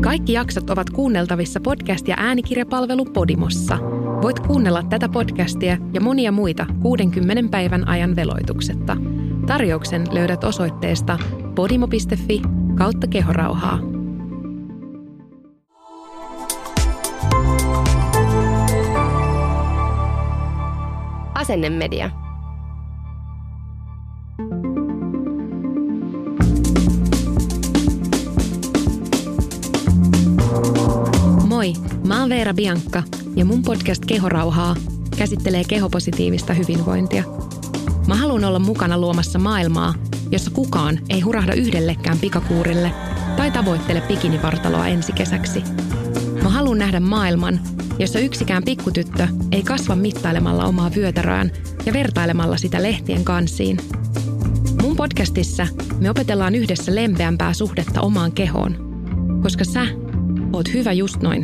Kaikki jaksot ovat kuunneltavissa podcast- ja äänikirjapalvelu Podimossa. Voit kuunnella tätä podcastia ja monia muita 60 päivän ajan veloituksetta. Tarjouksen löydät osoitteesta podimo.fi/kehorauhaa. Asennemedia. Moi, mä oon Veera Biankka ja mun podcast Kehorauhaa käsittelee kehopositiivista hyvinvointia. Mä haluan olla mukana luomassa maailmaa, jossa kukaan ei hurahda yhdellekään pikakuurille tai tavoittele bikinivartaloa ensi kesäksi. Mä haluan nähdä maailman, jossa yksikään pikkutyttö ei kasva mittailemalla omaa vyötäröään ja vertailemalla sitä lehtien kansiin. Mun podcastissa me opetellaan yhdessä lempeämpää suhdetta omaan kehoon, koska sä oot hyvä just noin.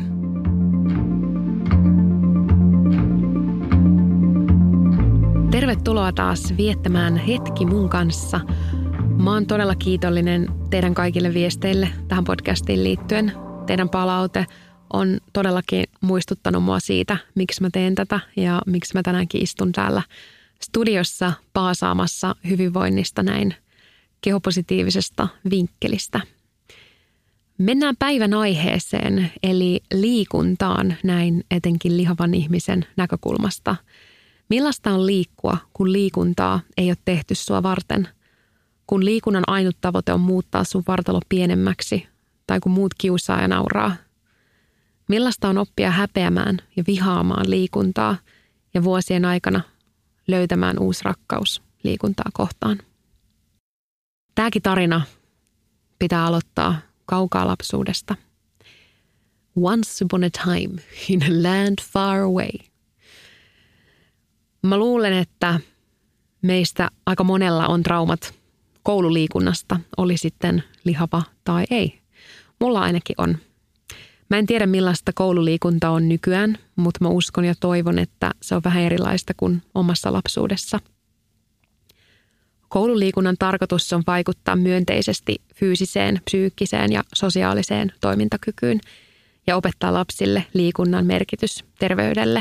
Tervetuloa taas viettämään hetki mun kanssa. Mä oon todella kiitollinen teidän kaikille viesteille tähän podcastiin liittyen. Teidän palaute on todellakin muistuttanut mua siitä, miksi mä teen tätä ja miksi mä tänäänkin istun täällä studiossa paasaamassa hyvinvoinnista näin kehopositiivisesta vinkkelistä. Mennään päivän aiheeseen, eli liikuntaan näin etenkin lihavan ihmisen näkökulmasta. Millaista on liikkua, kun liikuntaa ei ole tehty sua varten? Kun liikunnan ainut tavoite on muuttaa sun vartalo pienemmäksi tai kun muut kiusaa ja nauraa? Millaista on oppia häpeämään ja vihaamaan liikuntaa ja vuosien aikana löytämään uusi rakkaus liikuntaa kohtaan? Tämäkin tarina pitää aloittaa kaukaa lapsuudesta. Once upon a time in a land far away. Mä luulen, että meistä aika monella on traumat koululiikunnasta, oli sitten lihava tai ei. Mulla ainakin on. Mä en tiedä millaista koululiikunta on nykyään, mutta mä uskon ja toivon, että se on vähän erilaista kuin omassa lapsuudessa. Koululiikunnan tarkoitus on vaikuttaa myönteisesti fyysiseen, psyykkiseen ja sosiaaliseen toimintakykyyn ja opettaa lapsille liikunnan merkitys terveydelle.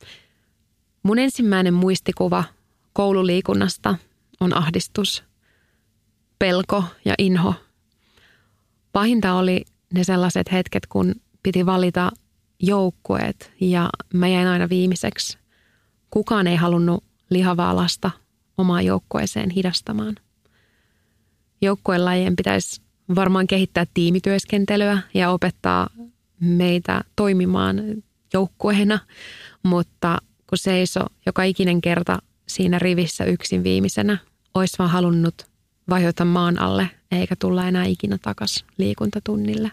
Mun ensimmäinen muistikuva koululiikunnasta on ahdistus, pelko ja inho. Pahinta oli ne sellaiset hetket, kun piti valita joukkueet ja mä jäin aina viimeiseksi. Kukaan ei halunnut lihavaa lasta omaan joukkueeseen hidastamaan. Joukkuelajien pitäisi varmaan kehittää tiimityöskentelyä ja opettaa meitä toimimaan joukkueena, mutta kun seiso joka ikinen kerta siinä rivissä yksin viimeisenä, olisi vaan halunnut vajota maan alle eikä tulla enää ikinä takaisin liikuntatunnille.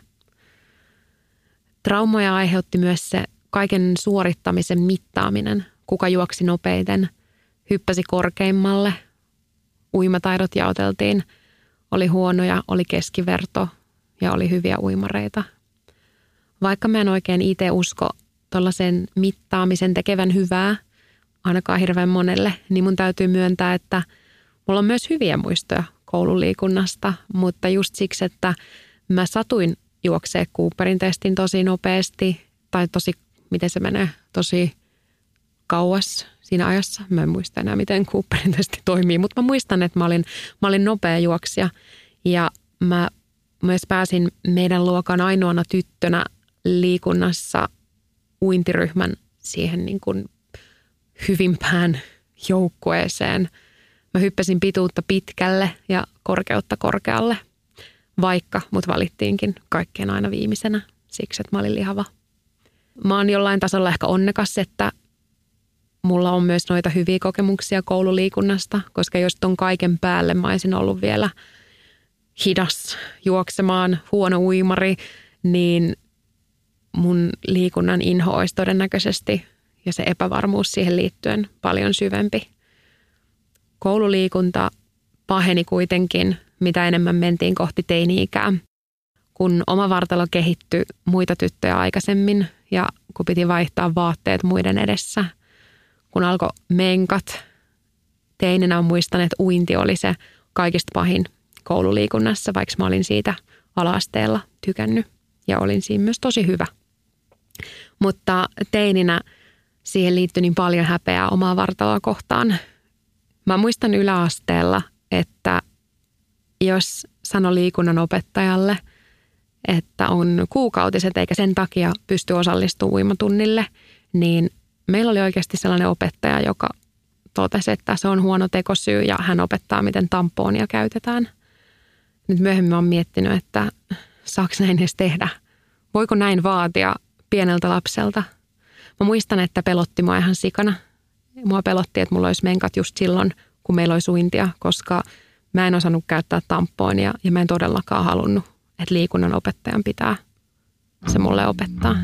Traumoja aiheutti myös se kaiken suorittamisen mittaaminen, kuka juoksi nopeiten, hyppäsi korkeimmalle, uimataidot jaoteltiin, oli huonoja, oli keskiverto ja oli hyviä uimareita. Vaikka mä en oikein itse usko tuollaisen mittaamisen tekevän hyvää, ainakaan hirveän monelle, niin mun täytyy myöntää, että mulla on myös hyviä muistoja koululiikunnasta, mutta just siksi, että mä satuin juoksee Cooperin testin tosi nopeasti, tai miten se menee, tosi kauas siinä ajassa. Mä en muista enää, miten Cooperin testi toimii, mutta mä muistan, että mä olin nopea juoksija ja mä myös pääsin meidän luokan ainoana tyttönä liikunnassa uintiryhmän siihen niin kuin hyvimpään joukkueeseen. Mä hyppäsin pituutta pitkälle ja korkeutta korkealle, vaikka mut valittiinkin kaikkein aina viimeisenä siksi, että mä olin lihava. Mä oon jollain tasolla ehkä onnekas, että mulla on myös noita hyviä kokemuksia koululiikunnasta, koska jos ton kaiken päälle mä olisin ollut vielä hidas juoksemaan, huono uimari, niin mun liikunnan inho olisi todennäköisesti ja se epävarmuus siihen liittyen paljon syvempi. Koululiikunta paheni kuitenkin, mitä enemmän mentiin kohti teini-ikää, kun oma vartalo kehittyi muita tyttöjä aikaisemmin ja kun piti vaihtaa vaatteet muiden edessä. Kun alkoi menkat, teininä muistan, että uinti oli se kaikista pahin koululiikunnassa, vaikka mä olin siitä ala-asteella tykännyt. ja olin siinä myös tosi hyvä. Mutta teininä siihen liittyi niin paljon häpeää omaa vartaloa kohtaan. Mä muistan yläasteella, että jos sano liikunnan opettajalle, että on kuukautiset eikä sen takia pysty osallistumaan uimatunnille, niin meillä oli oikeasti sellainen opettaja, joka totesi, että se on huono tekosyy ja hän opettaa, miten tampoonia käytetään. Nyt myöhemmin olen miettinyt, että saako näin edes tehdä? Voiko näin vaatia pieneltä lapselta? Mä muistan, että pelotti mua ihan sikana. Mua pelotti, että mulla olisi menkat just silloin, kun meillä olisi uintia, koska mä en osannut käyttää tampoonia ja mä en todellakaan halunnut, että liikunnan opettajan pitää se mulle opettaa.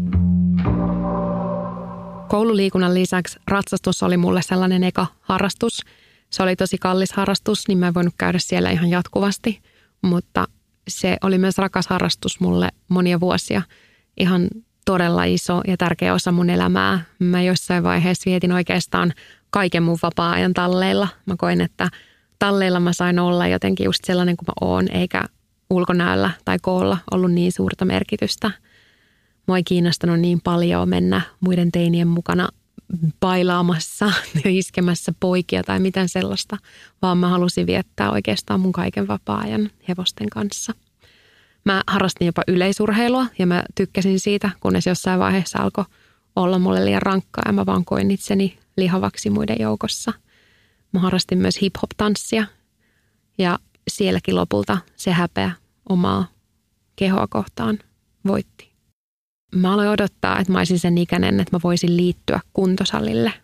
Koululiikunnan lisäksi ratsastus oli mulle sellainen eka harrastus. Se oli tosi kallis harrastus, niin mä en voinut käydä siellä ihan jatkuvasti, mutta se oli myös rakas harrastus mulle monia vuosia. Ihan todella iso ja tärkeä osa mun elämää. Mä jossain vaiheessa vietin oikeastaan kaiken mun vapaa-ajan talleilla. Mä koin, että talleilla mä sain olla jotenkin just sellainen kuin mä oon, eikä ulkonäöllä tai koolla ollut niin suurta merkitystä. Mua ei kiinnostanut niin paljon mennä muiden teinien mukana bailaamassa ja iskemässä poikia tai mitään sellaista, vaan mä halusin viettää oikeastaan mun kaiken vapaa-ajan hevosten kanssa. Mä harrastin jopa yleisurheilua ja mä tykkäsin siitä, kunnes jossain vaiheessa alkoi olla mulle liian rankkaa ja mä vaan koin itseni lihavaksi muiden joukossa. Mä harrastin myös hip-hop-tanssia ja sielläkin lopulta se häpeä omaa kehoa kohtaan voitti. Mä aloin odottaa, että mä olisin sen ikäinen, että mä voisin liittyä kuntosalille.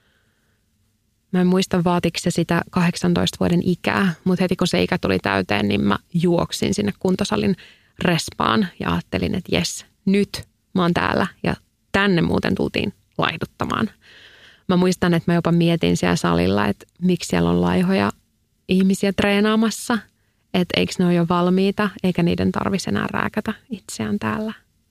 Mä en muista vaatiko se sitä 18 vuoden ikää, mutta heti kun se ikä tuli täyteen, niin mä juoksin sinne kuntosalin respaan ja ajattelin, että jes, nyt mä oon täällä ja tänne muuten tultiin laihduttamaan. Mä muistan, että mä jopa mietin siellä salilla, että miksi siellä on laihoja ihmisiä treenaamassa, että eikö ne ole jo valmiita, eikä niiden tarvitsisi enää rääkätä itseään täällä.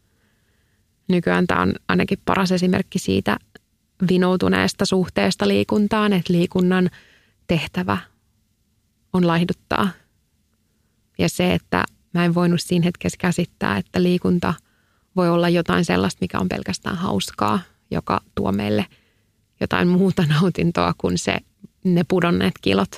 Nykyään tämä on ainakin paras esimerkki siitä vinoutuneesta suhteesta liikuntaan, että liikunnan tehtävä on laihduttaa. Ja se, että mä en voinut siinä hetkessä käsittää, että liikunta voi olla jotain sellaista, mikä on pelkästään hauskaa, joka tuo meille jotain muuta nautintoa kuin ne pudonneet kilot.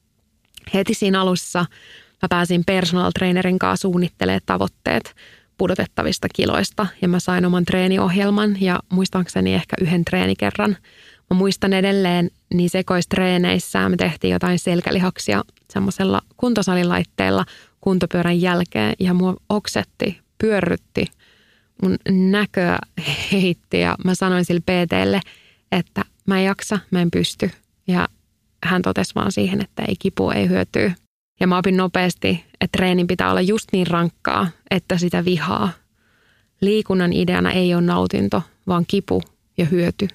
Heti siinä alussa mä pääsin personal trainerin kanssa suunnittelemaan tavoitteet pudotettavista kiloista ja mä sain oman treeniohjelman ja muistaakseni ehkä yhden treenikerran. Mä muistan edelleen niin sekoistreeneissä me tehtiin jotain selkälihaksia semmoisella kuntosalilaitteella kuntopyörän jälkeen ja mua oksetti, pyörrytti, mun näköä heitti ja mä sanoin sille PT:lle, että mä en jaksa, mä en pysty ja hän totesi vaan siihen, että ei kipu, ei hyötyä. Ja mä opin nopeasti, että treenin pitää olla just niin rankkaa, että sitä vihaa. Liikunnan ideana ei ole nautinto, vaan kipu ja hyöty.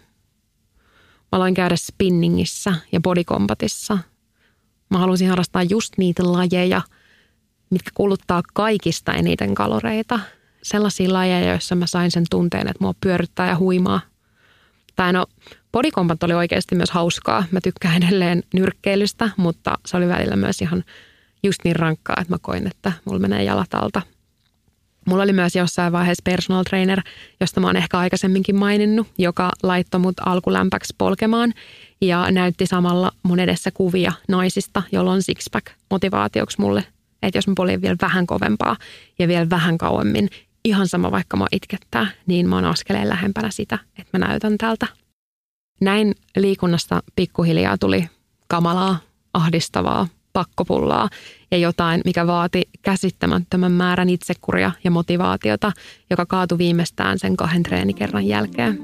Mä aloin käydä spinningissä ja bodycombatissa. Mä halusin harrastaa just niitä lajeja, mitkä kuluttaa kaikista eniten kaloreita. Sellaisia lajeja, joissa mä sain sen tunteen, että mua pyörryttää ja huimaa. Tai no, bodycombat oli oikeasti myös hauskaa. Mä tykkään edelleen nyrkkeilystä, mutta se oli välillä myös ihan just niin rankkaa, että mä koin, että mulla menee jalat alta. Mulla oli myös jossain vaiheessa personal trainer, josta mä oon ehkä aikaisemminkin maininnut, joka laittoi mut alkulämpäksi polkemaan ja näytti samalla mun edessä kuvia naisista, jolla on sixpack motivaatioksi mulle, että jos mä poljin vielä vähän kovempaa ja vielä vähän kauemmin, ihan sama vaikka mä itkettää, niin mä oon askeleen lähempänä sitä, että mä näytän tältä. Näin liikunnasta pikkuhiljaa tuli kamalaa, ahdistavaa, pakkopullaa ja jotain, mikä vaati käsittämättömän määrän itsekuria ja motivaatiota, joka kaatui viimeistään sen 2 treenikerran jälkeen.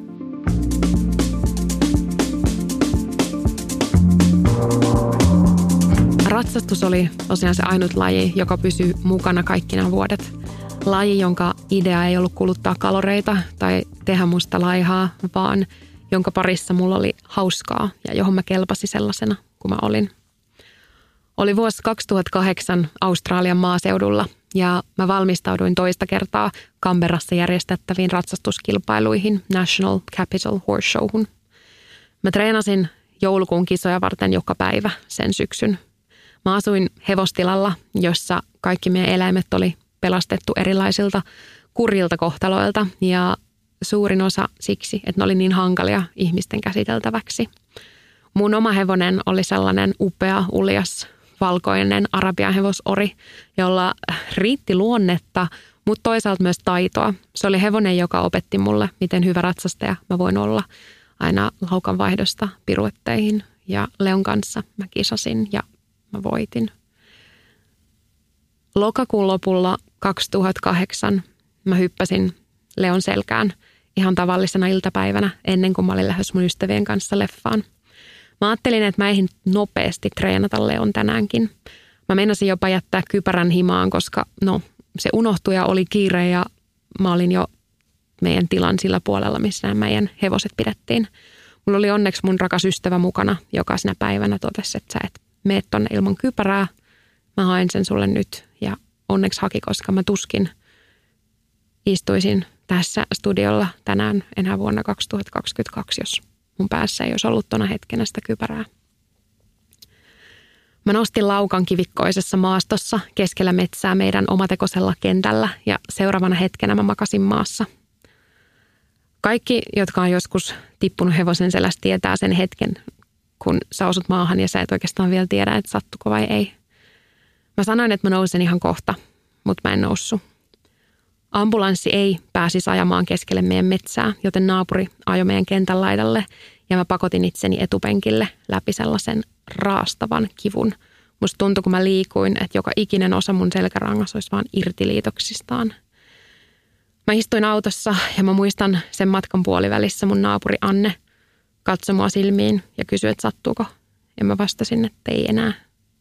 Ratsastus oli tosiaan se ainut laji, joka pysyi mukana kaikki nämä vuodet. Laji, jonka idea ei ollut kuluttaa kaloreita tai tehdä musta laihaa, vaan jonka parissa mulla oli hauskaa ja johon mä kelpasin sellaisena kuin mä olin. Oli vuosi 2008 Australian maaseudulla ja mä valmistauduin toista kertaa Canberrassa järjestettäviin ratsastuskilpailuihin National Capital Horse Showhun. Mä treenasin joulukuun kisoja varten joka päivä sen syksyn. Mä asuin hevostilalla, jossa kaikki meidän eläimet oli pelastettu erilaisilta kurjilta kohtaloilta ja suurin osa siksi, että ne oli niin hankalia ihmisten käsiteltäväksi. Mun oma hevonen oli sellainen upea, uljas, valkoinen arabian hevosori, jolla riitti luonnetta, mutta toisaalta myös taitoa. Se oli hevonen, joka opetti mulle, miten hyvä ratsastaja mä voin olla aina laukan vaihdosta piruetteihin. Ja Leon kanssa mä kisasin ja mä voitin. Lokakuun lopulla 2008 mä hyppäsin Leon selkään ihan tavallisena iltapäivänä ennen kuin mä olin lähdössä mun ystävien kanssa leffaan. Mä ajattelin, että mä eihin nopeasti treenata Leon tänäänkin. Mä meinasin jopa jättää kypärän himaan, koska se unohtui ja oli kiire ja mä olin jo meidän tilan sillä puolella, missä nämä meidän hevoset pidettiin. Mulla oli onneksi mun rakas ystävä mukana, joka sinä päivänä totesi, että sä et mene tonne ilman kypärää. Mä haen sen sulle nyt ja onneksi haki, koska mä tuskin istuisin tässä studiolla tänään enää vuonna 2022, jos mun päässä ei olisi ollut tona hetkenä sitä kypärää. Mä nostin laukan kivikkoisessa maastossa keskellä metsää meidän omatekoisella kentällä ja seuraavana hetkenä mä makasin maassa. Kaikki, jotka on joskus tippunut hevosen selästä, tietää sen hetken, kun sä osut maahan ja sä et oikeastaan vielä tiedä, että sattuko vai ei. Mä sanoin, että mä nousen ihan kohta, mutta mä en noussut. Ambulanssi ei pääsisi ajamaan keskelle meidän metsää, joten naapuri ajoi meidän kentän laidalle ja mä pakotin itseni etupenkille läpi sellaisen raastavan kivun. Musta tuntui, kun mä liikuin, että joka ikinen osa mun selkärangassa olisi vaan irti liitoksistaan. Mä istuin autossa ja mä muistan sen matkan puolivälissä mun naapuri Anne katsoi mua silmiin ja kysyi, että sattuuko. Ja mä vastasin, että ei enää.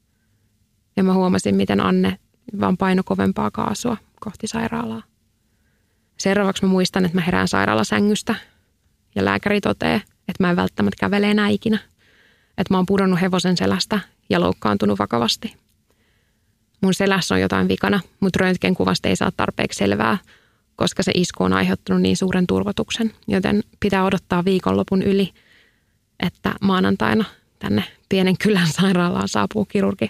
Ja mä huomasin, miten Anne vaan painoi kovempaa kaasua kohti sairaalaa. Seuraavaksi mä muistan, että mä herään sairaalasängystä ja lääkäri toteaa, että mä en välttämättä kävele enää ikinä. Että mä oon pudonnut hevosen selästä ja loukkaantunut vakavasti. Mun selässä on jotain vikana, mutta röntgenkuvasta ei saa tarpeeksi selvää, koska se isku on aiheuttanut niin suuren turvotuksen. Joten pitää odottaa viikonlopun yli, että maanantaina tänne pienen kylän sairaalaan saapuu kirurgi.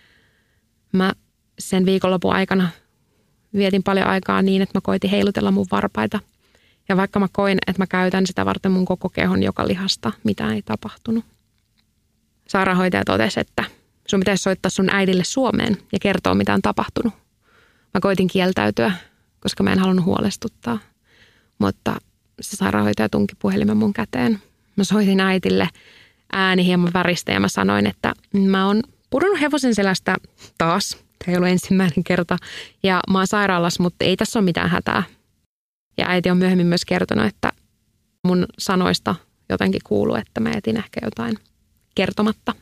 Mä sen viikonlopun aikana vietin paljon aikaa niin, että mä koitin heilutella mun varpaita. Ja vaikka mä koin, että mä käytän sitä varten mun koko kehon joka lihasta, mitään ei tapahtunut. Sairaanhoitaja totesi, että sun pitäisi soittaa sun äidille Suomeen ja kertoa, mitä on tapahtunut. Mä koitin kieltäytyä, koska mä en halunnut huolestuttaa. Mutta se sairaanhoitaja tunki puhelimen mun käteen. Mä soitin äitille, ääni hieman väristä ja mä sanoin, että mä oon pudonnut hevosen selästä taas. Tämä ei ollut ensimmäinen kerta. Ja mä oon sairaalassa, mutta ei tässä ole mitään hätää. Ja äiti on myöhemmin myös kertonut, että mun sanoista jotenkin kuuluu, että mä jätin ehkä jotain kertomatta.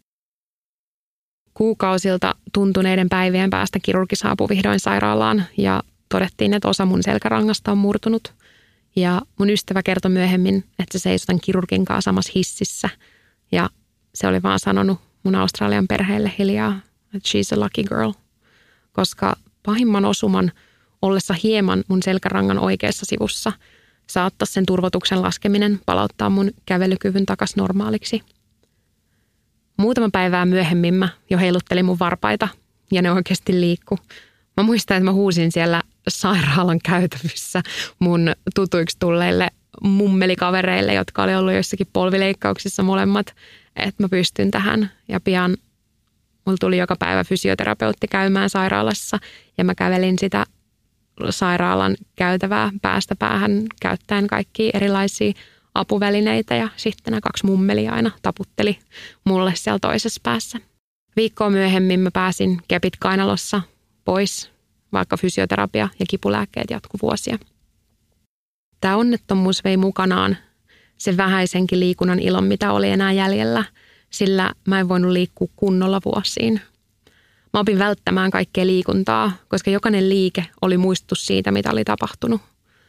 Kuukausilta tuntuneiden päivien päästä kirurgi saapui vihdoin sairaalaan ja todettiin, että osa mun selkärangasta on murtunut. Ja mun ystävä kertoi myöhemmin, että se seisoi tämän kirurgin kanssa samassa hississä. Ja se oli vaan sanonut mun Australian perheelle hiljaa, että she's a lucky girl. Koska pahimman osuman ollessa hieman mun selkärangan oikeassa sivussa saattaisi sen turvotuksen laskeminen palauttaa mun kävelykyvyn takas normaaliksi. Muutama päivää myöhemmin mä jo heiluttelin mun varpaita ja ne oikeasti liikku. Mä muistan, että mä huusin siellä sairaalan käytävissä mun tutuiksi tulleille mummelikavereille, jotka oli ollut joissakin polvileikkauksissa molemmat, että mä pystyn tähän. Ja pian mulla tuli joka päivä fysioterapeutti käymään sairaalassa ja mä kävelin sitä sairaalan käytävää päästä päähän käyttäen kaikkia erilaisia apuvälineitä ja sitten nämä 2 mummelia aina taputteli mulle siellä toisessa päässä. Viikkoa myöhemmin mä pääsin kepit kainalossa pois, vaikka fysioterapia ja kipulääkkeet jatku vuosia. Tämä onnettomuus vei mukanaan sen vähäisenkin liikunnan ilon, mitä oli enää jäljellä, sillä mä en voinut liikkua kunnolla vuosiin. Mä opin välttämään kaikkea liikuntaa, koska jokainen liike oli muistutus siitä, mitä oli tapahtunut.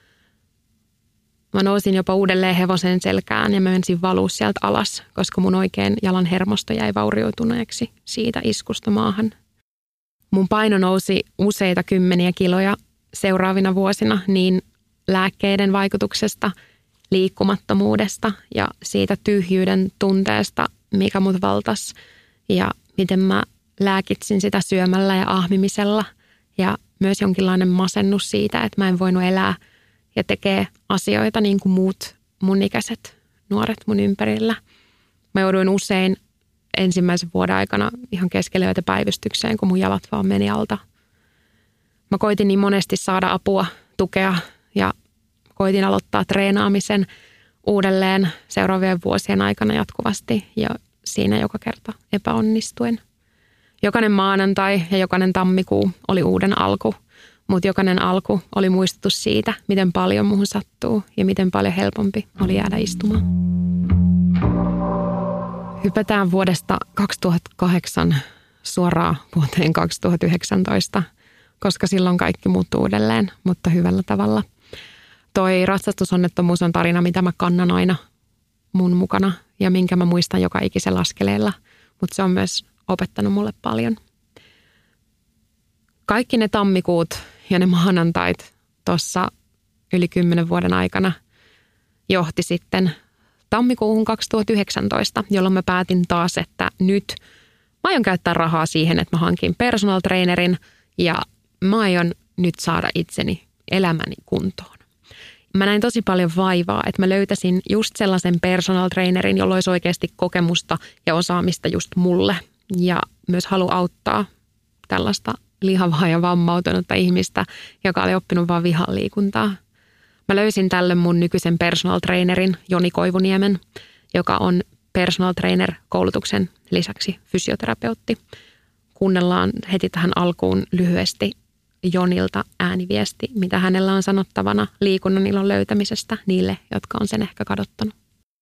Mä nousin jopa uudelleen hevosen selkään ja mä menisin valua sieltä alas, koska mun oikein jalan hermosto jäi vaurioituneeksi siitä iskusta maahan. Mun paino nousi useita 10 kiloja seuraavina vuosina niin lääkkeiden vaikutuksesta, liikkumattomuudesta ja siitä tyhjyyden tunteesta, mikä mut valtasi ja miten mä lääkitsin sitä syömällä ja ahmimisella ja myös jonkinlainen masennus siitä, että mä en voinut elää ja tekee asioita niin kuin muut mun ikäiset nuoret mun ympärillä. Mä jouduin usein ensimmäisen vuoden aikana ihan keskelle yötä päivystykseen, kun mun jalat vaan meni alta. Mä koitin niin monesti saada apua, tukea ja koitin aloittaa treenaamisen uudelleen seuraavien vuosien aikana jatkuvasti ja siinä joka kerta epäonnistuin. Jokainen maanantai ja jokainen tammikuu oli uuden alku, mutta jokainen alku oli muistutus siitä, miten paljon muuhun sattuu ja miten paljon helpompi oli jäädä istumaan. Hypätään vuodesta 2008 suoraan vuoteen 2019, koska silloin kaikki muuttui uudelleen, mutta hyvällä tavalla. Toi ratsastusonnettomuus on tarina, mitä mä kannan aina mun mukana ja minkä mä muistan joka ikisellä askeleella, mutta se on myös opettanut mulle paljon. Kaikki ne tammikuut ja ne maanantait tuossa yli 10 vuoden aikana johti sitten tammikuuhun 2019, jolloin mä päätin taas, että nyt mä aion käyttää rahaa siihen, että mä hankin personal trainerin ja mä aion nyt saada itseni elämäni kuntoon. Mä näin tosi paljon vaivaa, että mä löytäisin just sellaisen personal trainerin, jolla olisi oikeasti kokemusta ja osaamista just mulle. Ja myös halu auttaa tällaista lihavaa ja vammautunutta ihmistä, joka oli oppinut vaan vihan liikuntaa. Mä löysin tälle mun nykyisen personal trainerin Joni Koivuniemen, joka on personal trainer koulutuksen lisäksi fysioterapeutti. Kuunnellaan heti tähän alkuun lyhyesti Jonilta ääniviesti, mitä hänellä on sanottavana liikunnan ilon löytämisestä niille, jotka on sen ehkä kadottanut.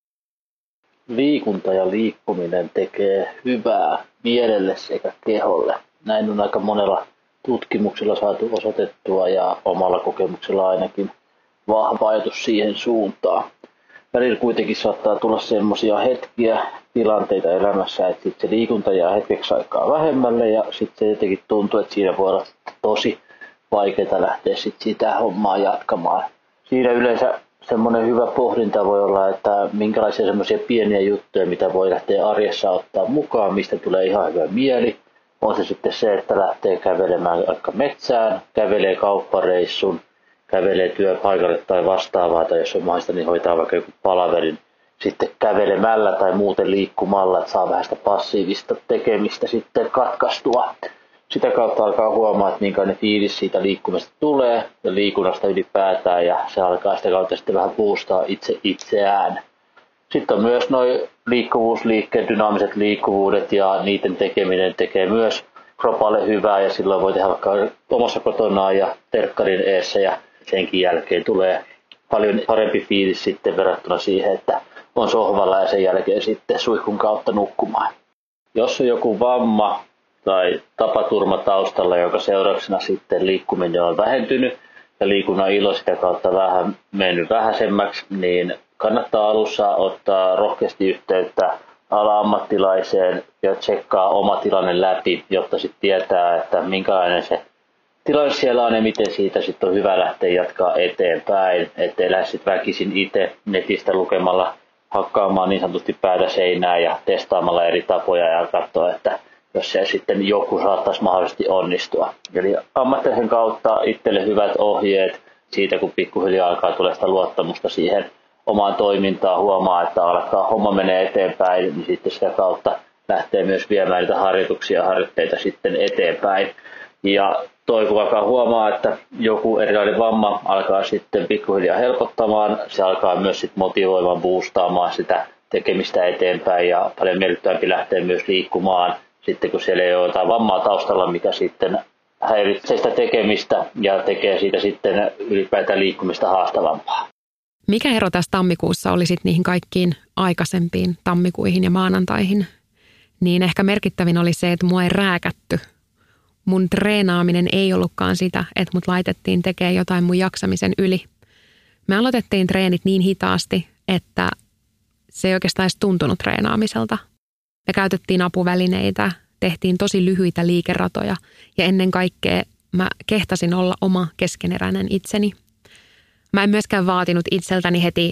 Liikunta ja liikkuminen tekee hyvää mielelle sekä keholle. Näin on aika monella tutkimuksella saatu osoitettua ja omalla kokemuksella ainakin vahva ajatus siihen suuntaan. Välillä kuitenkin saattaa tulla semmoisia hetkiä, tilanteita elämässä, että sitten se liikunta jää hetkeksi aikaa vähemmälle ja sitten se jotenkin tuntuu, että siinä voi olla tosi vaikeaa lähteä sitten sitä hommaa jatkamaan. Siinä yleensä semmoinen hyvä pohdinta voi olla, että minkälaisia semmoisia pieniä juttuja, mitä voi lähteä arjessa ottaa mukaan, mistä tulee ihan hyvä mieli. On se sitten se, että lähtee kävelemään vaikka metsään, kävelee kauppareissun, kävelee työpaikalle tai vastaavaa, tai jos on mahdollista, niin hoitaa vaikka joku palaverin sitten kävelemällä tai muuten liikkumalla, että saa vähän sitä passiivista tekemistä sitten katkaistua. Sitä kautta alkaa huomaa, että minkälainen fiilis siitä liikkumista tulee ja liikunnasta ylipäätään ja se alkaa sitä kautta sitten vähän boostaa itseään. Sitten on myös nuo liikkuvuusliikkeet, dynaamiset liikkuvuudet ja niiden tekeminen tekee myös kropalle hyvää ja silloin voi tehdä vaikka omassa kotonaan ja terkkarin eessä ja senkin jälkeen tulee paljon parempi fiilis sitten verrattuna siihen, että on sohvalla ja sen jälkeen sitten suihkun kautta nukkumaan. Jos on joku vamma tai tapaturma taustalla, jonka seurauksena sitten liikkuminen on vähentynyt ja liikunnan ilo sitä kautta vähän mennyt vähäisemmäksi, niin kannattaa alussa ottaa rohkeasti yhteyttä ala-ammattilaiseen ja tsekkaa oma tilanne läpi, jotta sitten tietää, että minkälainen se tilanne siellä on ja miten siitä sitten on hyvä lähteä jatkaa eteenpäin, ettei lähde sitten väkisin itse netistä lukemalla hakkaamaan niin sanotusti päätä seinään ja testaamalla eri tapoja ja katsoa, että jos se sitten joku saattaisi mahdollisesti onnistua. Eli ammattilaisen kautta itselle hyvät ohjeet siitä, kun pikkuhiljaa alkaa tulla sitä luottamusta siihen omaan toimintaan, huomaa, että alkaa homma menee eteenpäin, niin sitten sitä kautta lähtee myös viemään niitä harjoituksia ja harjoitteita sitten eteenpäin. Ja kun alkaa huomaa, että joku erilainen vamma alkaa sitten pikkuhiljaa helpottamaan, se alkaa myös sitten motivoimaan, boostaamaan sitä tekemistä eteenpäin ja paljon miellyttävämpi lähtee myös liikkumaan. Sitten kun siellä ei ole jotain vammaa taustalla, mikä sitten häiritsee sitä tekemistä ja tekee siitä sitten ylipäätään liikkumista haastavampaa. Mikä ero tässä tammikuussa oli sitten niihin kaikkiin aikaisempiin tammikuihin ja maanantaihin? Niin ehkä merkittävin oli se, että mua ei rääkätty. Mun treenaaminen ei ollutkaan sitä, että mut laitettiin tekemään jotain mun jaksamisen yli. Me aloitettiin treenit niin hitaasti, että se ei oikeastaan edes tuntunut treenaamiselta. Me käytettiin apuvälineitä, tehtiin tosi lyhyitä liikeratoja ja ennen kaikkea mä kehtasin olla oma keskeneräinen itseni. Mä en myöskään vaatinut itseltäni heti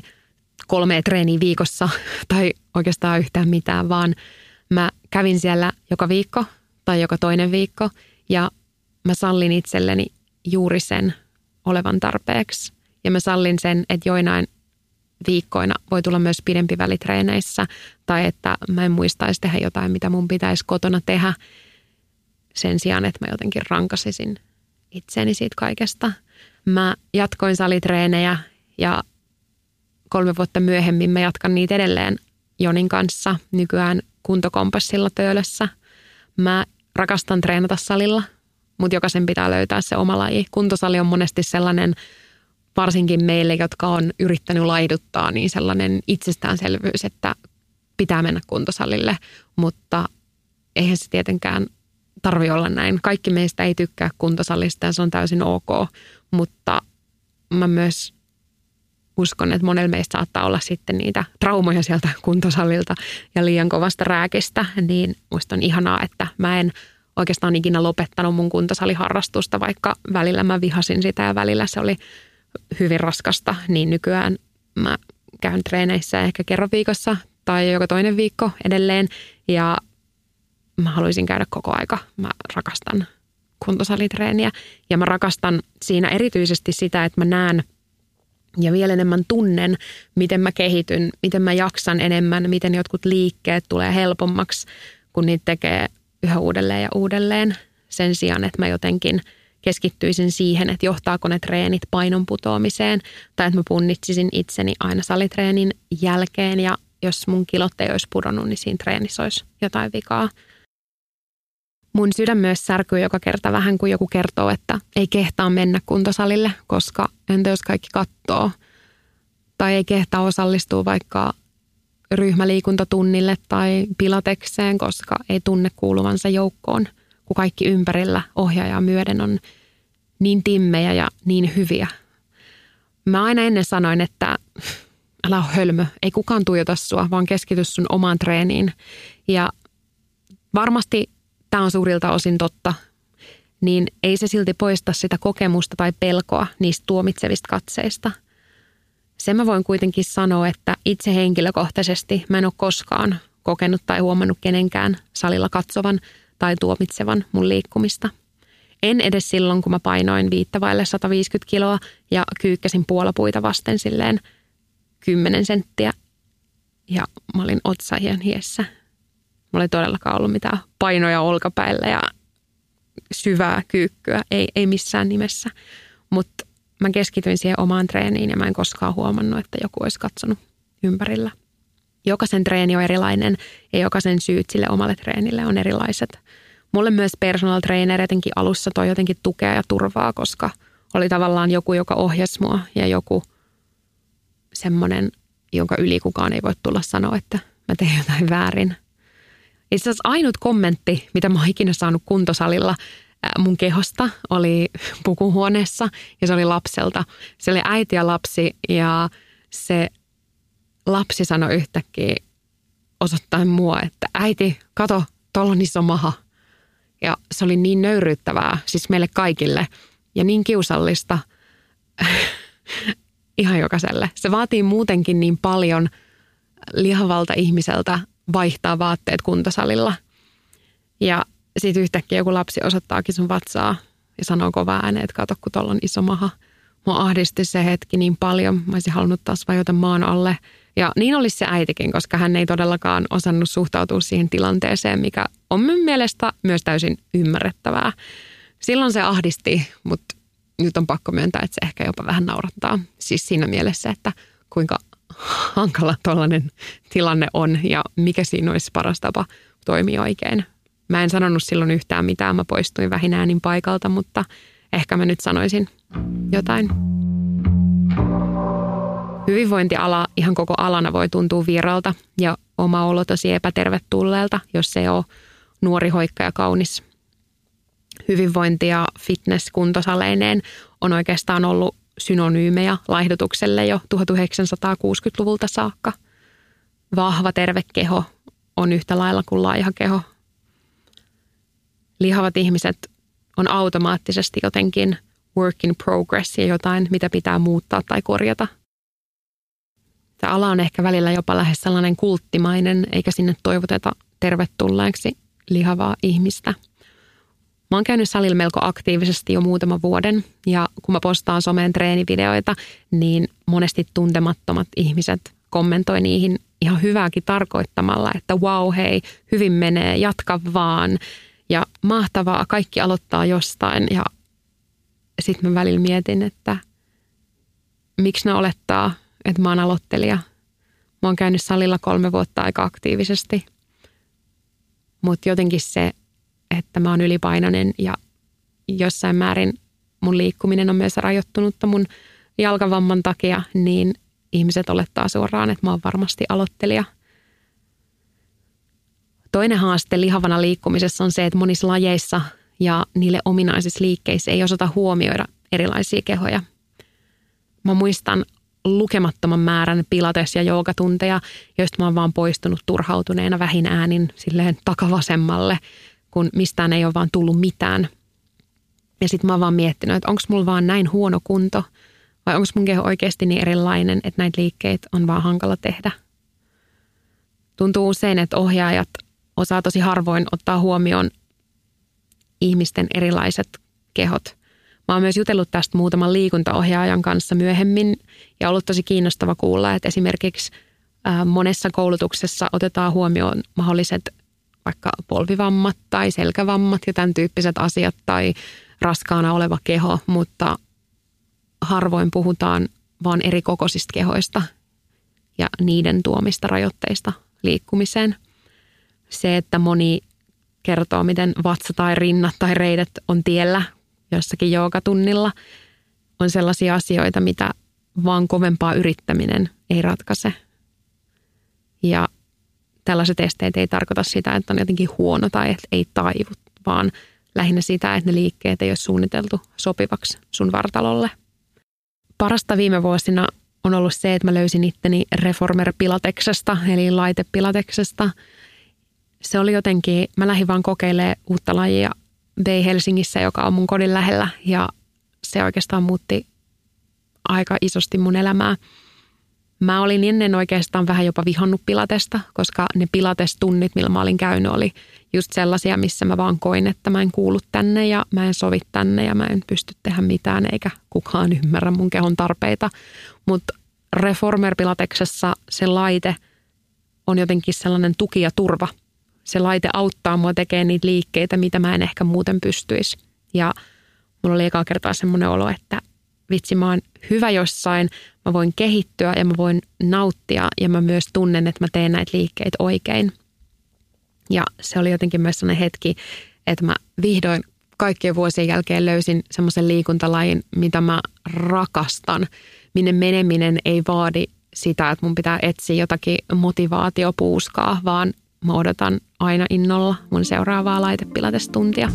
3 treeniä viikossa tai oikeastaan yhtään mitään, vaan mä kävin siellä joka viikko tai joka toinen viikko ja mä sallin itselleni juuri sen olevan tarpeeksi. Ja mä sallin sen, että joinain viikkoina voi tulla myös pidempi välitreeneissä tai että mä en muistaisi tehdä jotain, mitä mun pitäisi kotona tehdä sen sijaan, että mä jotenkin rankasisin itseäni siitä kaikesta. Mä jatkoin salitreenejä ja 3 vuotta myöhemmin mä jatkan niitä edelleen Jonin kanssa nykyään Kuntokompassilla Töölössä. Mä rakastan treenata salilla, mutta jokaisen pitää löytää se oma laji. Kuntosali on monesti sellainen, varsinkin meille, jotka on yrittänyt laihduttaa, niin sellainen itsestäänselvyys, että pitää mennä kuntosalille, mutta eihän se tietenkään tarvitse olla näin. Kaikki meistä ei tykkää kuntosalista ja se on täysin ok, mutta mä myös uskon, että monella meistä saattaa olla sitten niitä traumoja sieltä kuntosalilta ja liian kovasta rääkistä, niin musta on ihanaa, että mä en oikeastaan ikinä lopettanut mun kuntosaliharrastusta, vaikka välillä mä vihasin sitä ja välillä se oli hyvin raskasta, niin nykyään mä käyn treeneissä ehkä kerran viikossa tai joka toinen viikko edelleen ja mä haluaisin käydä koko aika. Mä rakastan kuntosalitreeniä ja mä rakastan siinä erityisesti sitä, että mä näen ja vielä enemmän tunnen, miten mä kehityn, miten mä jaksan enemmän, miten jotkut liikkeet tulee helpommaksi, kun niitä tekee yhä uudelleen ja uudelleen sen sijaan, että mä jotenkin keskittyisin siihen, että johtaako ne treenit painon putoamiseen tai että mä punnitsisin itseni aina salitreenin jälkeen ja jos mun kilot ei olisi pudonnut, niin siinä treenissä olisi jotain vikaa. Mun sydän myös särkyy joka kerta vähän, kun joku kertoo, että ei kehtaa mennä kuntosalille, koska entä jos kaikki katsoo tai ei kehtaa osallistua vaikka ryhmäliikuntatunnille tai pilatekseen, koska ei tunne kuuluvansa joukkoon, kun kaikki ympärillä ohjaajaa myöden on niin timmejä ja niin hyviä. Mä aina ennen sanoin, että älä ole hölmö, ei kukaan tuijota sua, vaan keskity sun omaan treeniin. Ja varmasti tämä on suurilta osin totta, niin ei se silti poista sitä kokemusta tai pelkoa niistä tuomitsevista katseista. Sen mä voin kuitenkin sanoa, että itse henkilökohtaisesti mä en ole koskaan kokenut tai huomannut kenenkään salilla katsovan tai tuomitsevan mun liikkumista. En edes silloin, kun mä painoin 150 kiloa ja kyykkäsin puolapuita vasten silleen 10 senttiä ja mä olin otsahien hiessä. Mulla ei todellakaan ollut mitään painoja olkapäillä ja syvää kyykkyä, ei missään nimessä. Mutta mä keskityin siihen omaan treeniin ja mä en koskaan huomannut, että joku olisi katsonut ympärillä. Jokaisen treeni on erilainen ja jokaisen syyt sille omalle treenille on erilaiset. Mulle myös personal trainer etenkin alussa toi jotenkin tukea ja turvaa, koska oli tavallaan joku, joka ohjasi mua ja joku semmoinen, jonka yli kukaan ei voi tulla sanoa, että mä teen jotain väärin. Itse asiassa ainut kommentti, mitä mä oon ikinä saanut kuntosalilla mun kehosta, oli pukuhuoneessa ja se oli lapselta. Se oli äiti ja lapsi ja se lapsi sanoi yhtäkkiä osoittaen mua, että äiti, kato, tuolla on iso maha. Ja se oli niin nöyryyttävää, siis meille kaikille ja niin kiusallista ihan jokaiselle. Se vaatii muutenkin niin paljon lihavalta ihmiseltä vaihtaa vaatteet kuntosalilla. Ja sitten yhtäkkiä joku lapsi osoittaakin sun vatsaa ja sanoo kovaa ääneen, että kato, kun tuolla on iso maha. Mua ahdisti se hetki niin paljon. Mä olisin halunnut taas vajota maan alle. Ja niin olisi se äitikin, koska hän ei todellakaan osannut suhtautua siihen tilanteeseen, mikä on minun mielestä myös täysin ymmärrettävää. Silloin se ahdisti, mutta nyt on pakko myöntää, että se ehkä jopa vähän naurattaa. Siis siinä mielessä, että kuinka hankala tuollainen tilanne on ja mikä siinä olisi paras tapa toimia oikein. Mä en sanonut silloin yhtään mitään, mä poistuin vähin äänin paikalta, mutta ehkä mä nyt sanoisin jotain. Hyvinvointiala ihan koko alana voi tuntua vieralta ja oma olo tosi epätervetulleelta, jos se on nuori, hoikka ja kaunis. Hyvinvointi ja fitness kuntosaleineen on oikeastaan ollut synonyymejä laihdutukselle jo 1960-luvulta saakka. Vahva terve keho on yhtä lailla kuin laiha keho. Lihavat ihmiset on automaattisesti jotenkin work in progress ja jotain, mitä pitää muuttaa tai korjata. Tämä ala on ehkä välillä jopa lähes sellainen kulttimainen, eikä sinne toivoteta tervetulleeksi lihavaa ihmistä. Mä oon käynyt salilla melko aktiivisesti jo muutaman vuoden ja kun mä postaan someen treenivideoita, niin monesti tuntemattomat ihmiset kommentoi niihin ihan hyvääkin tarkoittamalla, että wow, hei, hyvin menee, jatka vaan ja mahtavaa, kaikki aloittaa jostain. Ja sitten mä välillä mietin, että miksi ne olettaa, että mä oon aloittelija. Mä oon käynyt salilla 3 vuotta aika aktiivisesti, mutta jotenkin se, että mä oon ylipainoinen ja jossain määrin mun liikkuminen on myös rajoittunutta mun jalkavamman takia, niin ihmiset olettaa suoraan, että mä oon varmasti aloittelija. Toinen haaste lihavana liikkumisessa on se, että monissa lajeissa ja niille ominaisissa liikkeissä ei osata huomioida erilaisia kehoja. Mä muistan lukemattoman määrän pilates- ja joogatunteja, joista mä oon vaan poistunut turhautuneena vähin äänin silleen takavasemmalle, kun mistään ei ole vaan tullut mitään. Ja sit mä oon vaan miettinyt, että onko mulla vaan näin huono kunto vai onko mun keho oikeasti niin erilainen, että näitä liikkeitä on vaan hankala tehdä. Tuntuu usein, että ohjaajat osaa tosi harvoin ottaa huomioon ihmisten erilaiset kehot. Mä oon myös jutellut tästä muutaman liikuntaohjaajan kanssa myöhemmin ja ollut tosi kiinnostava kuulla, että esimerkiksi monessa koulutuksessa otetaan huomioon mahdolliset vaikka polvivammat tai selkävammat ja tämän tyyppiset asiat tai raskaana oleva keho, mutta harvoin puhutaan vaan eri kokoisista kehoista ja niiden tuomista rajoitteista liikkumiseen. Se, että moni kertoo, miten vatsa tai rinnat tai reidet on tiellä jossakin joogatunnilla, on sellaisia asioita, mitä vaan kovempaa yrittäminen ei ratkaise. Ja tällaiset esteet ei tarkoita sitä, että on jotenkin huono tai että ei taivu, vaan lähinnä sitä, että ne liikkeet ei ole suunniteltu sopivaksi sun vartalolle. Parasta viime vuosina on ollut se, että mä löysin itteni Reformer Pilateksesta, eli laitepilateksesta. Se oli jotenkin, mä lähdin vaan kokeilemaan uutta lajia Bay Helsingissä, joka on mun kodin lähellä, ja se oikeastaan muutti aika isosti mun elämää. Mä olin ennen oikeastaan vähän jopa vihannut pilatesta, koska ne pilatestunnit, millä mä olin käynyt, oli just sellaisia, missä mä vaan koin, että mä en kuulu tänne ja mä en sovi tänne ja mä en pysty tehdä mitään eikä kukaan ymmärrä mun kehon tarpeita. Mutta Reformer Pilateksessa se laite on jotenkin sellainen tuki ja turva. Se laite auttaa mua tekemään niitä liikkeitä, mitä mä en ehkä muuten pystyisi. Ja mulla oli ekaa kertaa semmoinen olo, että vitsi, mä oon hyvä jossain, mä voin kehittyä ja mä voin nauttia ja mä myös tunnen, että mä teen näitä liikkeitä oikein. Ja se oli jotenkin myös sellainen hetki, että mä vihdoin kaikkien vuosien jälkeen löysin semmoisen liikuntalajin, mitä mä rakastan, minne meneminen ei vaadi sitä, että mun pitää etsiä jotakin motivaatiopuuskaa, vaan mä odotan aina innolla mun seuraavaa laitepilatestuntia.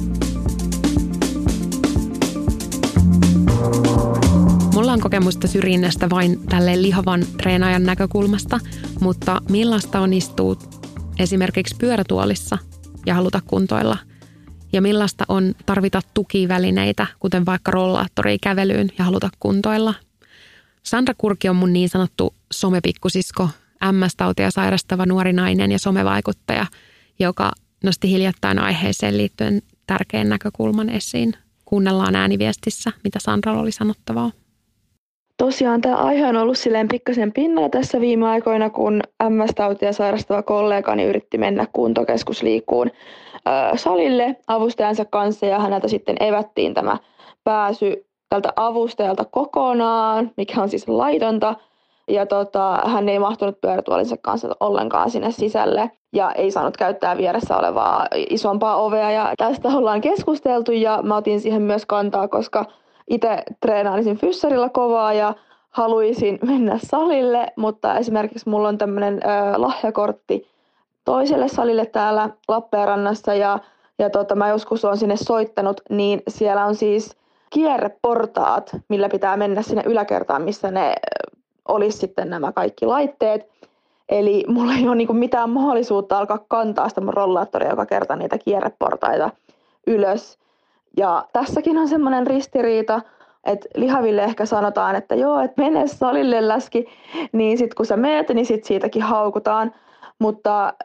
Mulla on kokemusta syrjinnästä vain tälleen lihavan treenaajan näkökulmasta, mutta millaista on istua esimerkiksi pyörätuolissa ja haluta kuntoilla? Ja millaista on tarvita tukivälineitä, kuten vaikka rollaattoria kävelyyn ja haluta kuntoilla? Sandra Kurki on mun niin sanottu somepikkusisko, MS-tautia sairastava nuori nainen ja somevaikuttaja, joka nosti hiljattain aiheeseen liittyen tärkeän näkökulman esiin. Kuunnellaan ääniviestissä, mitä Sandralla oli sanottavaa. Tosiaan tämä aihe on ollut silleen pikkasen pinnalla tässä viime aikoina, kun MS-tautia sairastava kollegani yritti mennä kuntokeskusliikkuun salille avustajansa kanssa ja häneltä sitten evättiin tämä pääsy tältä avustajalta kokonaan, mikä on siis laitonta. Ja hän ei mahtunut pyörätuolinsa kanssa ollenkaan sinne sisälle ja ei saanut käyttää vieressä olevaa isompaa ovea. Ja tästä ollaan keskusteltu ja mä otin siihen myös kantaa, koska itse treenailisin fyssarilla kovaa ja haluaisin mennä salille, mutta esimerkiksi mulla on tämmöinen lahjakortti toiselle salille täällä Lappeenrannassa ja mä joskus olen sinne soittanut, niin siellä on siis kierreportaat, millä pitää mennä sinne yläkertaan, missä ne olisi sitten nämä kaikki laitteet. Eli mulla ei ole niinku mitään mahdollisuutta alkaa kantaa sitä mun rollaattoria joka kerta niitä kierreportaita ylös. Ja tässäkin on semmoinen ristiriita, että lihaville ehkä sanotaan, että joo, että mene salille läski, niin sitten kun sä meet, niin sit siitäkin haukutaan. Mutta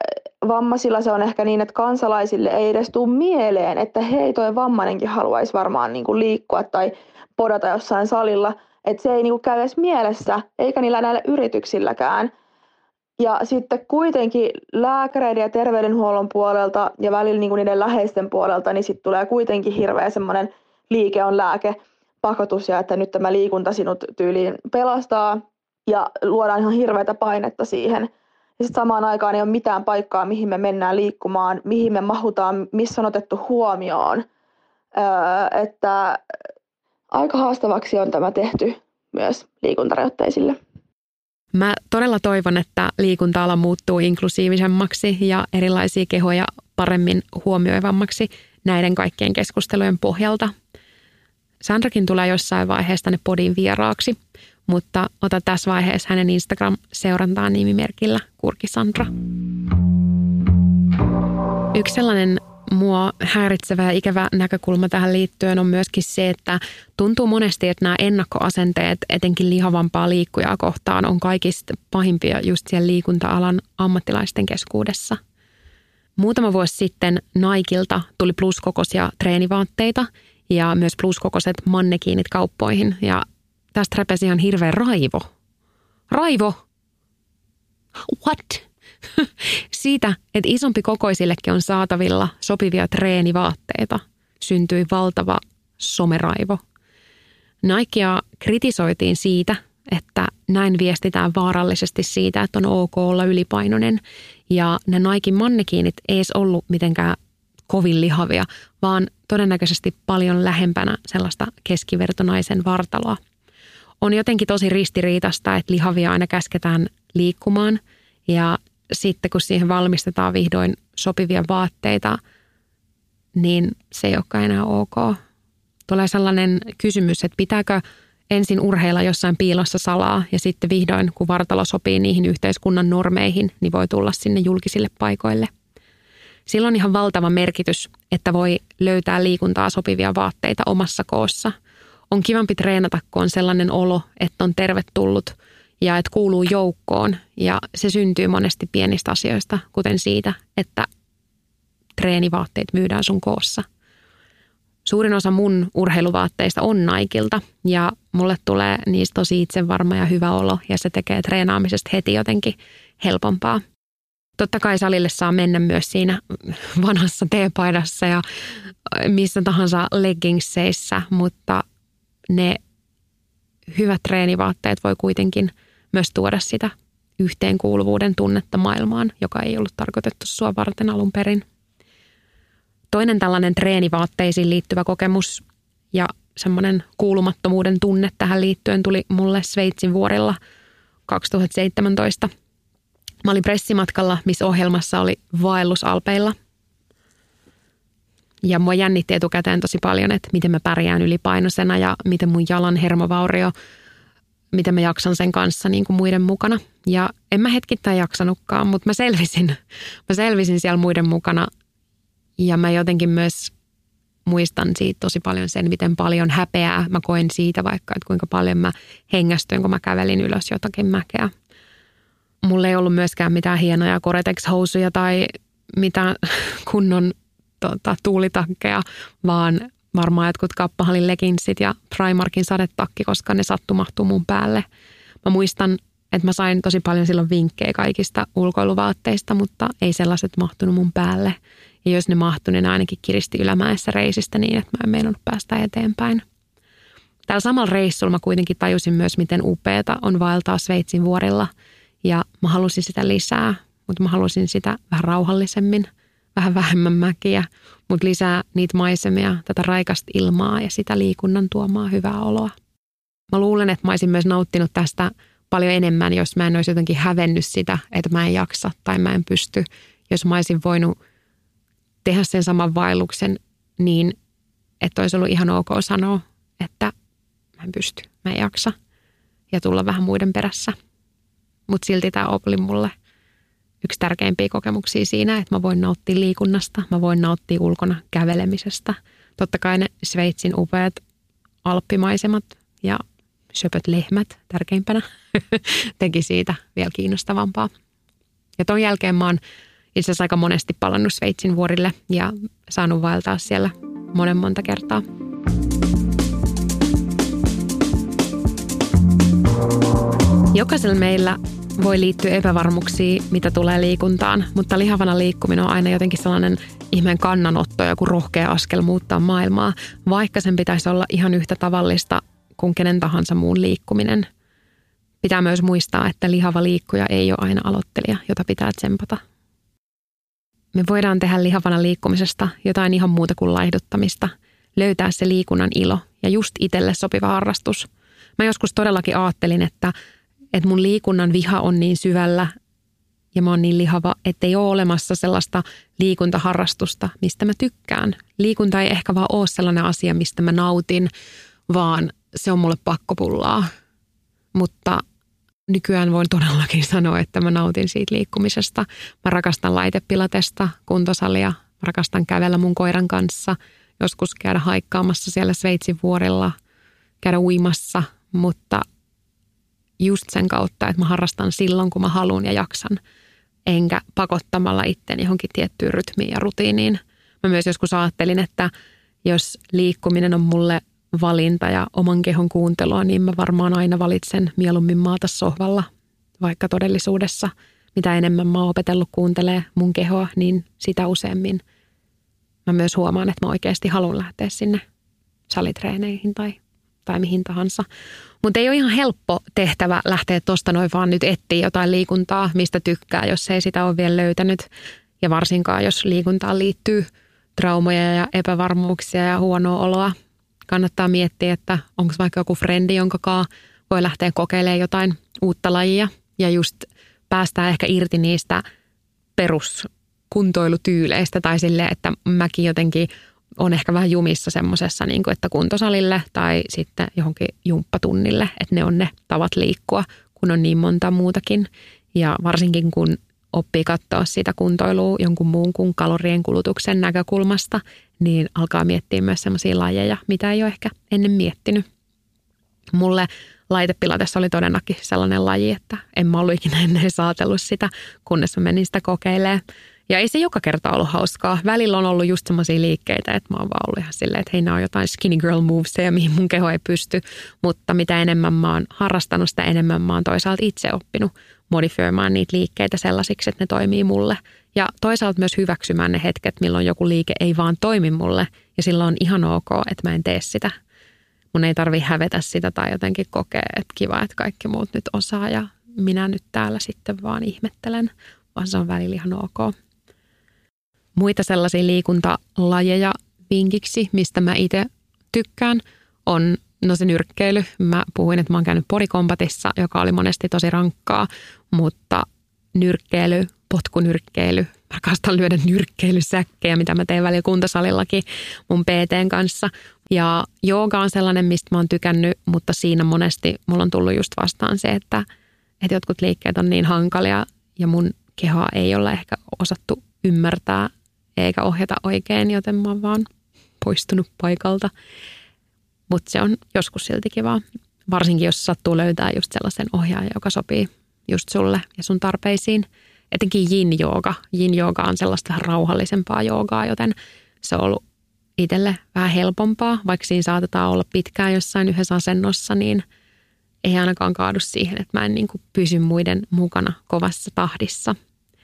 vammaisilla se on ehkä niin, että kansalaisille ei edes tule mieleen, että hei, toi vammainenkin haluaisi varmaan niin kuin liikkua tai podata jossain salilla. Että se ei niin kuin käy edes mielessä, eikä niillä näillä yrityksilläkään. Ja sitten kuitenkin lääkäreiden ja terveydenhuollon puolelta ja välillä niin kuin niiden läheisten puolelta, niin sitten tulee kuitenkin hirveä semmoinen liike on lääke, pakotus ja että nyt tämä liikunta sinut tyyliin pelastaa ja luodaan ihan hirveätä painetta siihen. Ja sitten samaan aikaan ei ole mitään paikkaa, mihin me mennään liikkumaan, mihin me mahutaan, missä on otettu huomioon. Että aika haastavaksi on tämä tehty myös liikuntarajoitteisille. Mä todella toivon, että liikunta-ala muuttuu inklusiivisemmaksi ja erilaisia kehoja paremmin huomioivammaksi näiden kaikkien keskustelujen pohjalta. Sandrakin tulee jossain vaiheessa tänne podin vieraaksi, mutta ota tässä vaiheessa hänen Instagram-seurantaan nimimerkillä Kurkisandra. Yksi sellainen mua häiritsevä ja ikävä näkökulma tähän liittyen on myöskin se, että tuntuu monesti, että nämä ennakkoasenteet etenkin lihavampaa liikkujaa kohtaan on kaikista pahimpia just siellä liikunta-alan ammattilaisten keskuudessa. Muutama vuosi sitten Nikelta tuli pluskokoisia treenivaatteita ja myös pluskokoiset mannekiinit kauppoihin ja tästä repesi ihan hirveä raivo. Raivo? What? Siitä, että isompi kokoisillekin on saatavilla sopivia treenivaatteita, syntyi valtava someraivo. Nikea kritisoitiin siitä, että näin viestitään vaarallisesti siitä, että on ok olla ylipainoinen. Ja ne Niken mannekiinit ei edes ollut mitenkään kovin lihavia, vaan todennäköisesti paljon lähempänä sellaista keskivertonaisen vartaloa. On jotenkin tosi ristiriitasta, että lihavia aina käsketään liikkumaan ja sitten kun siihen valmistetaan vihdoin sopivia vaatteita, niin se ei olekaan enää ok. Tulee sellainen kysymys, että pitääkö ensin urheilla jossain piilossa salaa ja sitten vihdoin, kun vartalo sopii niihin yhteiskunnan normeihin, niin voi tulla sinne julkisille paikoille. Sillä on ihan valtava merkitys, että voi löytää liikuntaa sopivia vaatteita omassa koossa. On kivampi treenata, kun on sellainen olo, että on tervetullut ja että kuuluu joukkoon ja se syntyy monesti pienistä asioista, kuten siitä, että treenivaatteet myydään sun koossa. Suurin osa mun urheiluvaatteista on Nikelta ja mulle tulee niistä tosi itsevarma ja hyvä olo ja se tekee treenaamisesta heti jotenkin helpompaa. Totta kai salille saa mennä myös siinä vanhassa teepaidassa ja missä tahansa leggingseissä, mutta ne hyvät treenivaatteet voi kuitenkin myös tuoda sitä yhteenkuuluvuuden tunnetta maailmaan, joka ei ollut tarkoitettu sua varten alun perin. Toinen tällainen treenivaatteisiin liittyvä kokemus ja semmoinen kuulumattomuuden tunne tähän liittyen tuli mulle Sveitsin vuorilla 2017. Mä olin pressimatkalla, missä ohjelmassa oli vaellus Alpeilla. Ja mua jännitti etukäteen tosi paljon, että miten mä pärjään ylipainoisena ja miten mun jalan hermovaurio, miten mä jaksan sen kanssa niin kuin muiden mukana. Ja en mä hetkittäin jaksanutkaan, mutta mä selvisin siellä muiden mukana. Ja mä jotenkin myös muistan siitä tosi paljon sen, miten paljon häpeää mä koen siitä vaikka, että kuinka paljon mä hengästyin, kun mä kävelin ylös jotakin mäkeä. Mulla ei ollut myöskään mitään hienoja Gore-Tex-housuja tai mitään kunnon tuulitakkeja, vaan varmaan jotkut Kappahallin leggingsit ja Primarkin sadetakki, koska ne sattu mahtuu mun päälle. Mä muistan, että mä sain tosi paljon silloin vinkkejä kaikista ulkoiluvaatteista, mutta ei sellaiset mahtunut mun päälle. Ja jos ne mahtui, niin ne ainakin kiristi ylämäessä reisistä niin, että mä en meinannut päästä eteenpäin. Tällä samalla reissulla mä kuitenkin tajusin myös, miten upeata on vaeltaa Sveitsin vuorilla. Ja mä halusin sitä lisää, mutta mä halusin sitä vähän rauhallisemmin, vähän vähemmän mäkiä, mutta lisää niitä maisemia, tätä raikasta ilmaa ja sitä liikunnan tuomaa hyvää oloa. Mä luulen, että mä olisin myös nauttinut tästä paljon enemmän, jos mä en olisi jotenkin hävennyt sitä, että mä en jaksa tai mä en pysty. Jos mä olisin voinut tehdä sen saman vaelluksen niin, että olisi ollut ihan ok sanoa, että mä en pysty, mä en jaksa ja tulla vähän muiden perässä. Mutta silti tämä oli mulle yksi tärkeimpiä kokemuksia siinä, että mä voin nauttia liikunnasta, mä voin nauttia ulkona kävelemisestä. Totta kai ne Sveitsin upeat alppimaisemat ja söpöt lehmät tärkeimpänä teki siitä vielä kiinnostavampaa. Ja ton jälkeen mä oon itse asiassa aika monesti palannut Sveitsin vuorille ja saanut vaeltaa siellä monta kertaa. Jokaisella meillä voi liittyä epävarmuuksia, mitä tulee liikuntaan, mutta lihavana liikkuminen on aina jotenkin sellainen ihmeen kannanotto, joku rohkea askel muuttaa maailmaa, vaikka sen pitäisi olla ihan yhtä tavallista kuin kenen tahansa muun liikkuminen. Pitää myös muistaa, että lihava liikkuja ei ole aina aloittelija, jota pitää tsempata. Me voidaan tehdä lihavana liikkumisesta jotain ihan muuta kuin laihduttamista, löytää se liikunnan ilo ja just itselle sopiva harrastus. Mä joskus todellakin ajattelin, että mun liikunnan viha on niin syvällä ja mä oon niin lihava, että ei ole olemassa sellaista liikuntaharrastusta, mistä mä tykkään. Liikunta ei ehkä vaan ole sellainen asia, mistä mä nautin, vaan se on mulle pakkopullaa. Mutta nykyään voin todellakin sanoa, että mä nautin siitä liikkumisesta. Mä rakastan laitepilatesta, kuntosalia, mä rakastan kävellä mun koiran kanssa, joskus käydä haikkaamassa siellä Sveitsin vuorilla, käydä uimassa, mutta just sen kautta, että mä harrastan silloin, kun mä haluan ja jaksan, enkä pakottamalla itteni johonkin tiettyyn rytmiin ja rutiiniin. Mä myös joskus ajattelin, että jos liikkuminen on mulle valinta ja oman kehon kuuntelua, niin mä varmaan aina valitsen mieluummin maata sohvalla, vaikka todellisuudessa mitä enemmän mä oon opetellut kuuntelee mun kehoa, niin sitä useammin mä myös huomaan, että mä oikeasti haluan lähteä sinne salitreeneihin tai mihin tahansa. Mutta ei ole ihan helppo tehtävä lähteä tuosta noin vaan nyt etsiä jotain liikuntaa, mistä tykkää, jos ei sitä ole vielä löytänyt. Ja varsinkaan, jos liikuntaan liittyy traumoja ja epävarmuuksia ja huonoa oloa. Kannattaa miettiä, että onko vaikka joku frendi, jonka voi lähteä kokeilemaan jotain uutta lajia. Ja just päästään ehkä irti niistä peruskuntoilutyyleistä tai silleen, että mäkin jotenkin on ehkä vähän jumissa semmosessa, niin kuin, että kuntosalille tai sitten johonkin jumppatunnille, että ne on ne tavat liikkua, kun on niin monta muutakin. Ja varsinkin kun oppii katsoa sitä kuntoilua jonkun muun kuin kalorien kulutuksen näkökulmasta, niin alkaa miettiä myös semmoisia lajeja, mitä ei ole ehkä ennen miettinyt. Mulle laitepilates oli todennakin sellainen laji, että en mä ollut ikinä ennen saatellut sitä, kunnes mä menin sitä kokeilemaan. Ja ei se joka kerta ollut hauskaa. Välillä on ollut just semmoisia liikkeitä, että mä oon vaan ollut ihan silleen, että hei, nämä on jotain skinny girl movesia, mihin mun keho ei pysty. Mutta mitä enemmän mä oon harrastanut, sitä enemmän mä oon toisaalta itse oppinut modifioimaan niitä liikkeitä sellaisiksi, että ne toimii mulle. Ja toisaalta myös hyväksymään ne hetket, milloin joku liike ei vaan toimi mulle. Ja silloin on ihan ok, että mä en tee sitä. Mun ei tarvitse hävetä sitä tai jotenkin kokea, että kiva, että kaikki muut nyt osaa ja minä nyt täällä sitten vaan ihmettelen, vaan se on välillä ihan ok. Muita sellaisia liikuntalajeja vinkiksi, mistä mä itse tykkään, on se nyrkkeily. Mä puhuin, että mä oon käynyt Bodycombatissa, joka oli monesti tosi rankkaa, mutta nyrkkeily, potkunyrkkeily, mä rakastan lyödä nyrkkeilysäkkejä, mitä mä teen välillä kuntosalillakin mun PT:n kanssa. Ja jooga on sellainen, mistä mä oon tykännyt, mutta siinä monesti mulla on tullut just vastaan se, että jotkut liikkeet on niin hankalia ja mun kehoa ei ole ehkä osattu ymmärtää eikä ohjata oikein, joten mä oon vaan poistunut paikalta. Mutta se on joskus silti kivaa, varsinkin jos sattuu löytää just sellaisen ohjaajan, joka sopii just sulle ja sun tarpeisiin. Etenkin yin-jooga. Yin-jooga on sellaista vähän rauhallisempaa joogaa, joten se on ollut itselle vähän helpompaa. Vaikka siinä saatetaan olla pitkään jossain yhdessä asennossa, niin ei ainakaan kaadu siihen, että mä en niin kuin pysy muiden mukana kovassa tahdissa.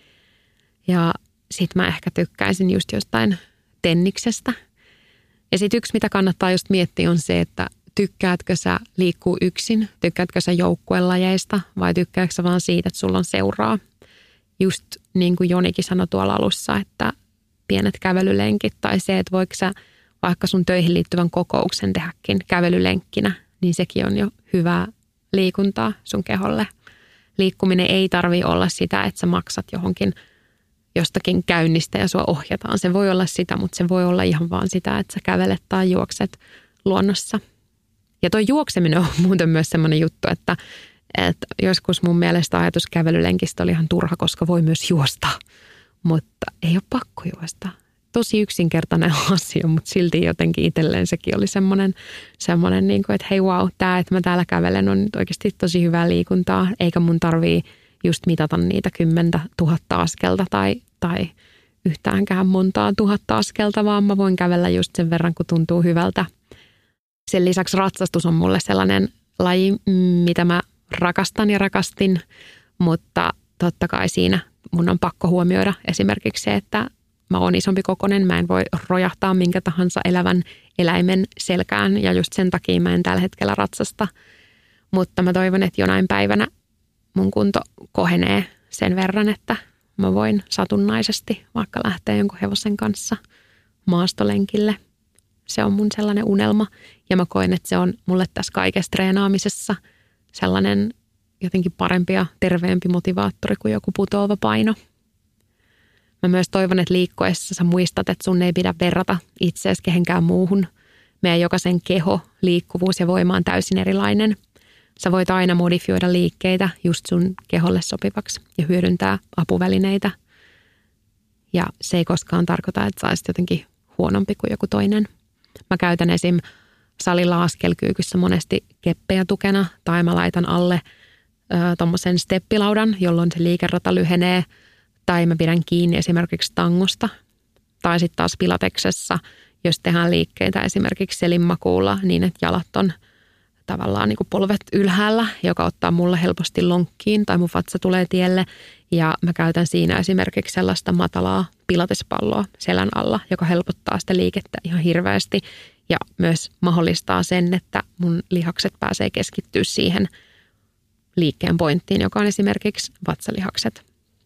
Ja sit mä ehkä tykkäisin just jostain tenniksestä. Ja sit yksi, mitä kannattaa just miettiä, on se, että tykkäätkö sä liikkuu yksin, tykkäätkö sä joukkuelajeista vai tykkäätkö sä vaan siitä, että sulla on seuraa. Just niin kuin Jonikin sanoi tuolla alussa, että pienet kävelylenkit tai se, että voiko sä vaikka sun töihin liittyvän kokouksen tehdäkin kävelylenkkinä, niin sekin on jo hyvää liikuntaa sun keholle. Liikkuminen ei tarvitse olla sitä, että sä maksat johonkin jostakin käynnistä ja sua ohjataan. Se voi olla sitä, mutta se voi olla ihan vaan sitä, että sä kävelet tai juokset luonnossa. Ja toi juokseminen on muuten myös semmoinen juttu, että joskus mun mielestä ajatus kävelylenkistä oli ihan turha, koska voi myös juosta, mutta ei ole pakko juosta. Tosi yksinkertainen asia, mutta silti jotenkin itselleen sekin oli semmoinen niin kuin, että hei wow, tämä, että mä täällä kävelen on nyt oikeasti tosi hyvää liikuntaa, eikä mun tarvii just mitata niitä 10 000 askelta tai tai yhtäänkään montaa 1000 askelta, vaan mä voin kävellä just sen verran, kun tuntuu hyvältä. Sen lisäksi ratsastus on mulle sellainen laji, mitä mä rakastan ja rakastin, mutta totta kai siinä mun on pakko huomioida esimerkiksi se, että mä oon isompi kokoinen, mä en voi rojahtaa minkä tahansa elävän eläimen selkään ja just sen takia mä en tällä hetkellä ratsasta. Mutta mä toivon, että jonain päivänä mun kunto kohenee sen verran, että mä voin satunnaisesti vaikka lähteä jonkun hevosen kanssa maastolenkille. Se on mun sellainen unelma ja mä koen, että se on mulle tässä kaikessa treenaamisessa sellainen jotenkin parempi ja terveempi motivaattori kuin joku putoava paino. Mä myös toivon, että liikkuessa sä muistat, että sun ei pidä verrata itseäsi kehenkään muuhun. Meidän jokaisen keho, liikkuvuus ja voima on täysin erilainen. Sä voit aina modifioida liikkeitä just sun keholle sopivaksi ja hyödyntää apuvälineitä. Ja se ei koskaan tarkoita, että sä olisit jotenkin huonompi kuin joku toinen. Mä käytän esim. Salilla askelkyykyssä monesti keppejä tukena tai mä laitan alle tommosen steppilaudan, jolloin se liikerata lyhenee. Tai mä pidän kiinni esimerkiksi tangosta. Tai sitten taas pilateksessa, jos tehdään liikkeitä esimerkiksi selinmakuulla niin, että jalat on tavallaan niin kuin polvet ylhäällä, joka ottaa mulle helposti lonkkiin tai mun vatsa tulee tielle. Ja mä käytän siinä esimerkiksi sellaista matalaa pilatespalloa selän alla, joka helpottaa sitä liikettä ihan hirveästi. Ja myös mahdollistaa sen, että mun lihakset pääsee keskittyä siihen liikkeen pointtiin, joka on esimerkiksi vatsalihakset.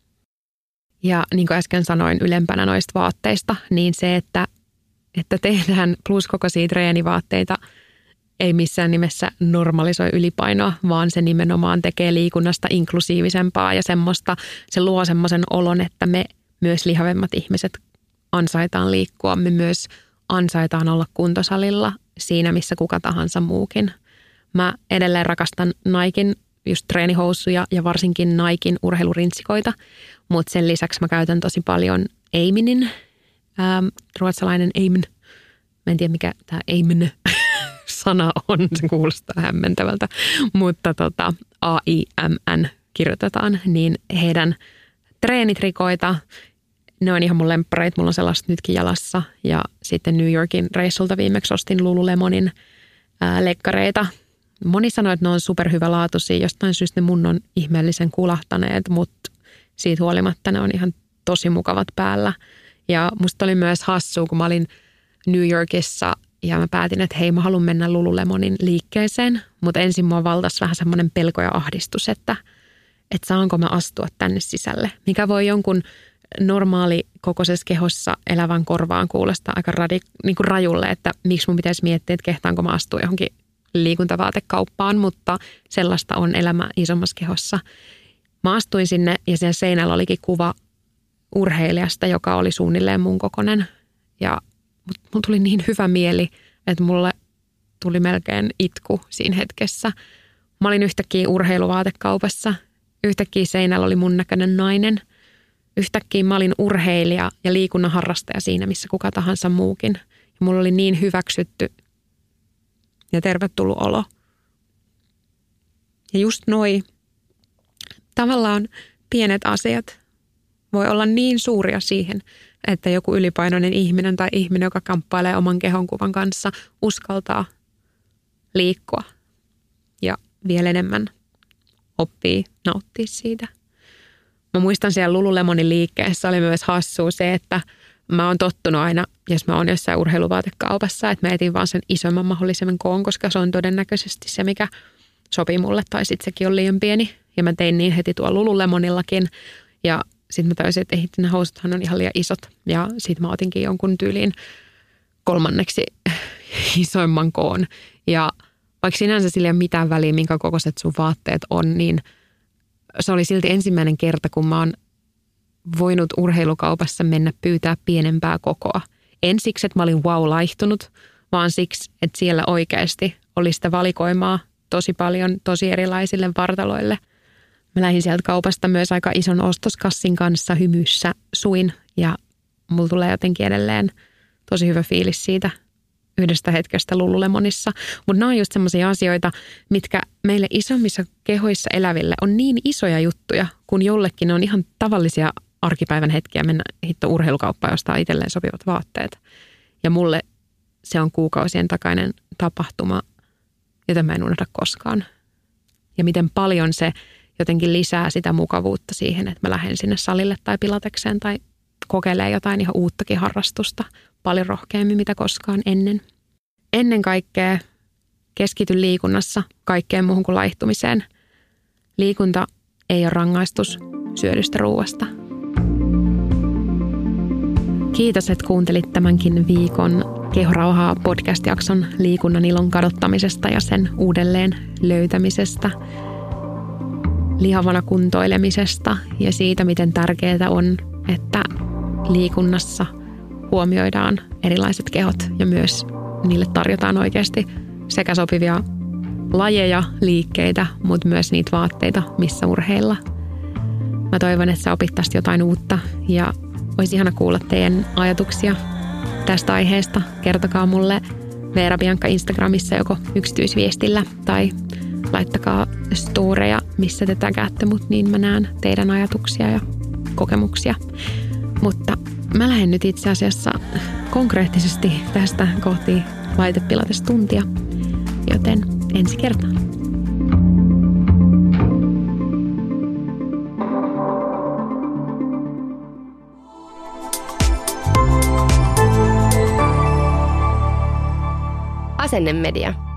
Ja niin kuin äsken sanoin ylempänä noista vaatteista, niin se, että tehdään pluskokoisia treenivaatteita, ei missään nimessä normalisoi ylipainoa, vaan se nimenomaan tekee liikunnasta inklusiivisempaa ja se luo semmoisen olon, että me myös lihavemmat ihmiset ansaitaan liikkua. Me myös ansaitaan olla kuntosalilla siinä, missä kuka tahansa muukin. Mä edelleen rakastan Niken just treenihousuja ja varsinkin Niken urheilurintsikoita, mutta sen lisäksi mä käytän tosi paljon Eiminin, ruotsalainen Eimin. Mä en tiedä mikä tämä Eimin sana on, se kuulostaa hämmentävältä, mutta AIMN kirjoitetaan, niin heidän treenitrikoita, ne on ihan mun lemppareita, mulla on sellaista nytkin jalassa ja sitten New Yorkin reissulta viimeksi ostin Lululemonin lekkareita. Moni sanoi, että ne on superhyvälaatuisia, jostain syystä ne mun on ihmeellisen kulahtaneet, mutta siitä huolimatta ne on ihan tosi mukavat päällä. Ja musta oli myös hassua, kun mä olin New Yorkissa ja mä päätin, että hei, mä haluan mennä Lululemonin liikkeeseen, mutta ensin mua valtasi vähän semmoinen pelko ja ahdistus, että saanko mä astua tänne sisälle, mikä voi jonkun normaali kokoisessa kehossa elävän korvaan kuulostaa aika niin kuin rajulle, että miksi mun pitäisi miettiä, että kehtaanko mä astua johonkin liikuntavaatekauppaan, mutta sellaista on elämä isommassa kehossa. Mä astuin sinne ja siellä seinällä olikin kuva urheilijasta, joka oli suunnilleen mun kokoinen. Ja mulla tuli niin hyvä mieli, että mulle tuli melkein itku siinä hetkessä. Mä olin yhtäkkiä urheiluvaatekaupassa. Yhtäkkiä seinällä oli mun näköinen nainen. Yhtäkkiä mä olin urheilija ja liikunnan harrastaja siinä, missä kuka tahansa muukin. Ja mulla oli niin hyväksytty ja tervetullut olo. Ja just noi tavallaan pienet asiat voi olla niin suuria siihen, että joku ylipainoinen ihminen tai ihminen, joka kamppailee oman kehonkuvan kanssa, uskaltaa liikkua ja vielä enemmän oppii nauttia siitä. Mä muistan siellä Lululemonin liikkeessä oli myös hassua se, että mä oon tottunut aina, jos mä oon jossain urheiluvaatekaupassa, että mä etin vaan sen isomman mahdollisimman koon, koska se on todennäköisesti se, mikä sopii mulle, tai sitten sekin on liian pieni. Ja mä tein niin heti tuolla Lulullemonillakin, ja sitten mä tajusin, että ne housuthan on ihan liian isot. Ja sitten mä otinkin jonkun tyyliin 3. isoimman koon. Ja vaikka sinänsä sillä ei ole mitään väliä, minkä kokoiset sun vaatteet on, niin se oli silti ensimmäinen kerta, kun mä oon voinut urheilukaupassa mennä pyytää pienempää kokoa. En siksi, että mä olin laihtunut, vaan siksi, että siellä oikeasti oli sitä valikoimaa tosi paljon, tosi erilaisille vartaloille. Mä lähdin sieltä kaupasta myös aika ison ostoskassin kanssa hymyssä suin ja mulla tulee jotenkin edelleen tosi hyvä fiilis siitä yhdestä hetkestä Lululemonissa. Mutta nämä on just semmoisia asioita, mitkä meille isommissa kehoissa eläville on niin isoja juttuja, kun jollekin ne on ihan tavallisia arkipäivän hetkiä mennä urheilukauppaan ja ostaa itselleen sopivat vaatteet. Ja mulle se on kuukausien takainen tapahtuma, jota mä en unohda koskaan. Ja miten paljon se jotenkin lisää sitä mukavuutta siihen, että mä lähden sinne salille tai pilatekseen tai kokeilee jotain ihan uuttakin harrastusta paljon rohkeammin mitä koskaan ennen. Ennen kaikkea keskity liikunnassa kaikkeen muuhun kuin laihtumiseen. Liikunta ei ole rangaistus syödystä ruuasta. Kiitos, että kuuntelit tämänkin viikon Kehorauhaa podcast-jakson liikunnan ilon kadottamisesta ja sen uudelleen löytämisestä, lihavana kuntoilemisesta ja siitä, miten tärkeää on, että liikunnassa huomioidaan erilaiset kehot ja myös niille tarjotaan oikeasti sekä sopivia lajeja, liikkeitä, mutta myös niitä vaatteita, missä urheilla. Mä toivon, että sä opit tästä jotain uutta ja olisi ihana kuulla teidän ajatuksia tästä aiheesta. Kertokaa mulle Veera Bianca Instagramissa joko yksityisviestillä tai laittakaa storeja, missä te tägäätte mut, niin mä näen teidän ajatuksia ja kokemuksia. Mutta mä lähden nyt itse asiassa konkreettisesti tästä kohti laitepilatestuntia, joten ensi kertaan. Asenne Media.